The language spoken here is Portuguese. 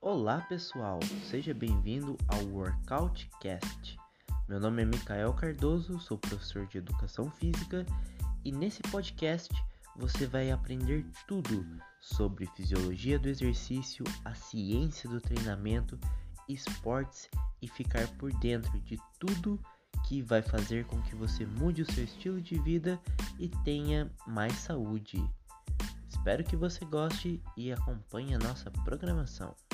Olá pessoal, seja bem-vindo ao WorkoutCast. Meu nome é Micael Cardoso, sou professor de Educação Física e nesse podcast você vai aprender tudo sobre fisiologia do exercício, a ciência do treinamento, esportes e ficar por dentro de tudo que vai fazer com que você mude o seu estilo de vida e tenha mais saúde. Espero que você goste e acompanhe a nossa programação.